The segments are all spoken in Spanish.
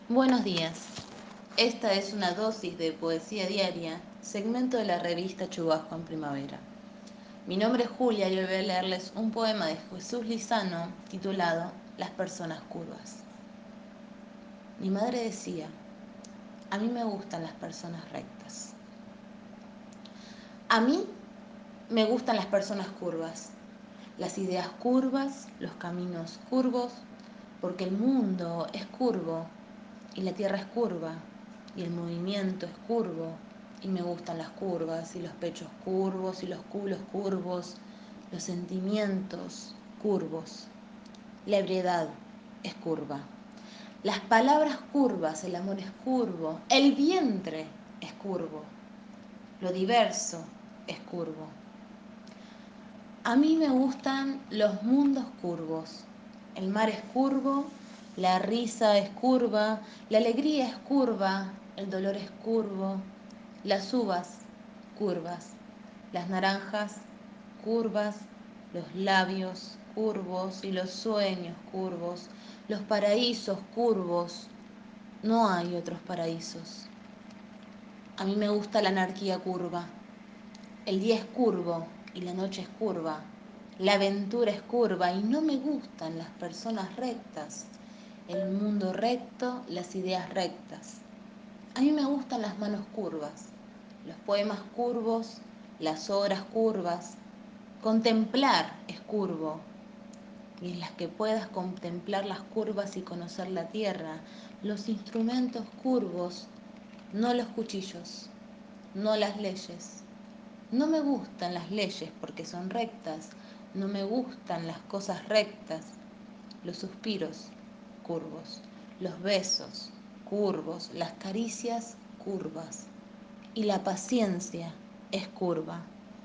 Buenos días. Esta es una dosis de poesía diaria, segmento de la revista Chubasco en Primavera. Mi nombre es Julia y hoy voy a leerles un poema de Jesús Lizano titulado Las personas curvas. Mi madre decía, a mí me gustan las personas rectas. A mí me gustan las personas curvas, las ideas curvas, los caminos curvos, porque el mundo es curvo y la tierra es curva y el movimiento es curvo y me gustan las curvas y los pechos curvos y los culos curvos, los sentimientos curvos. La ebriedad es curva. Las palabras curvas, el amor es curvo, el vientre es curvo, lo diverso es curvo. A mí me gustan los mundos curvos. El mar es curvo, la risa es curva, la alegría es curva, el dolor es curvo, las uvas curvas, las naranjas curvas, los labios curvos y los sueños curvos, los paraísos curvos. No hay otros paraísos. A mí me gusta la anarquía curva. El día es curvo y la noche es curva. La aventura es curva y no me gustan las personas rectas. El mundo recto, las ideas rectas. A mí me gustan las manos curvas, los poemas curvos, las obras curvas. Contemplar es curvo y en las que puedas contemplar las curvas y conocer la tierra. Los instrumentos curvos, no los cuchillos, no las leyes. No me gustan las leyes porque son rectas, no me gustan las cosas rectas, los suspiros curvos, los besos curvos, las caricias curvas y la paciencia es curva.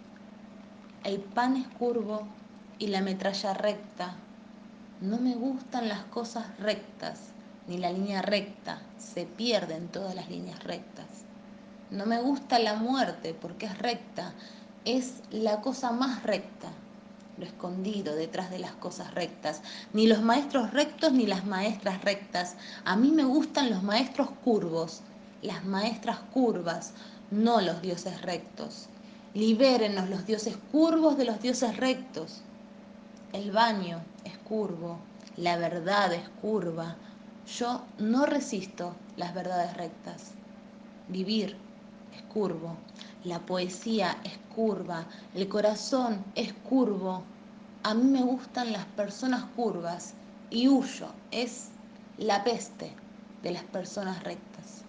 El pan es curvo y la metralla recta. No me gustan las cosas rectas, ni la línea recta, se pierden todas las líneas rectas. No me gusta la muerte porque es recta, es la cosa más recta, lo escondido detrás de las cosas rectas. Ni los maestros rectos ni las maestras rectas. A mí me gustan los maestros curvos, las maestras curvas, no los dioses rectos. Libérenos los dioses curvos de los dioses rectos. El baño es curvo, la verdad es curva. Yo no resisto las verdades rectas. Vivir es curvo, la poesía es curva, el corazón es curvo. A mí me gustan las personas curvas y huyo, es la peste de las personas rectas.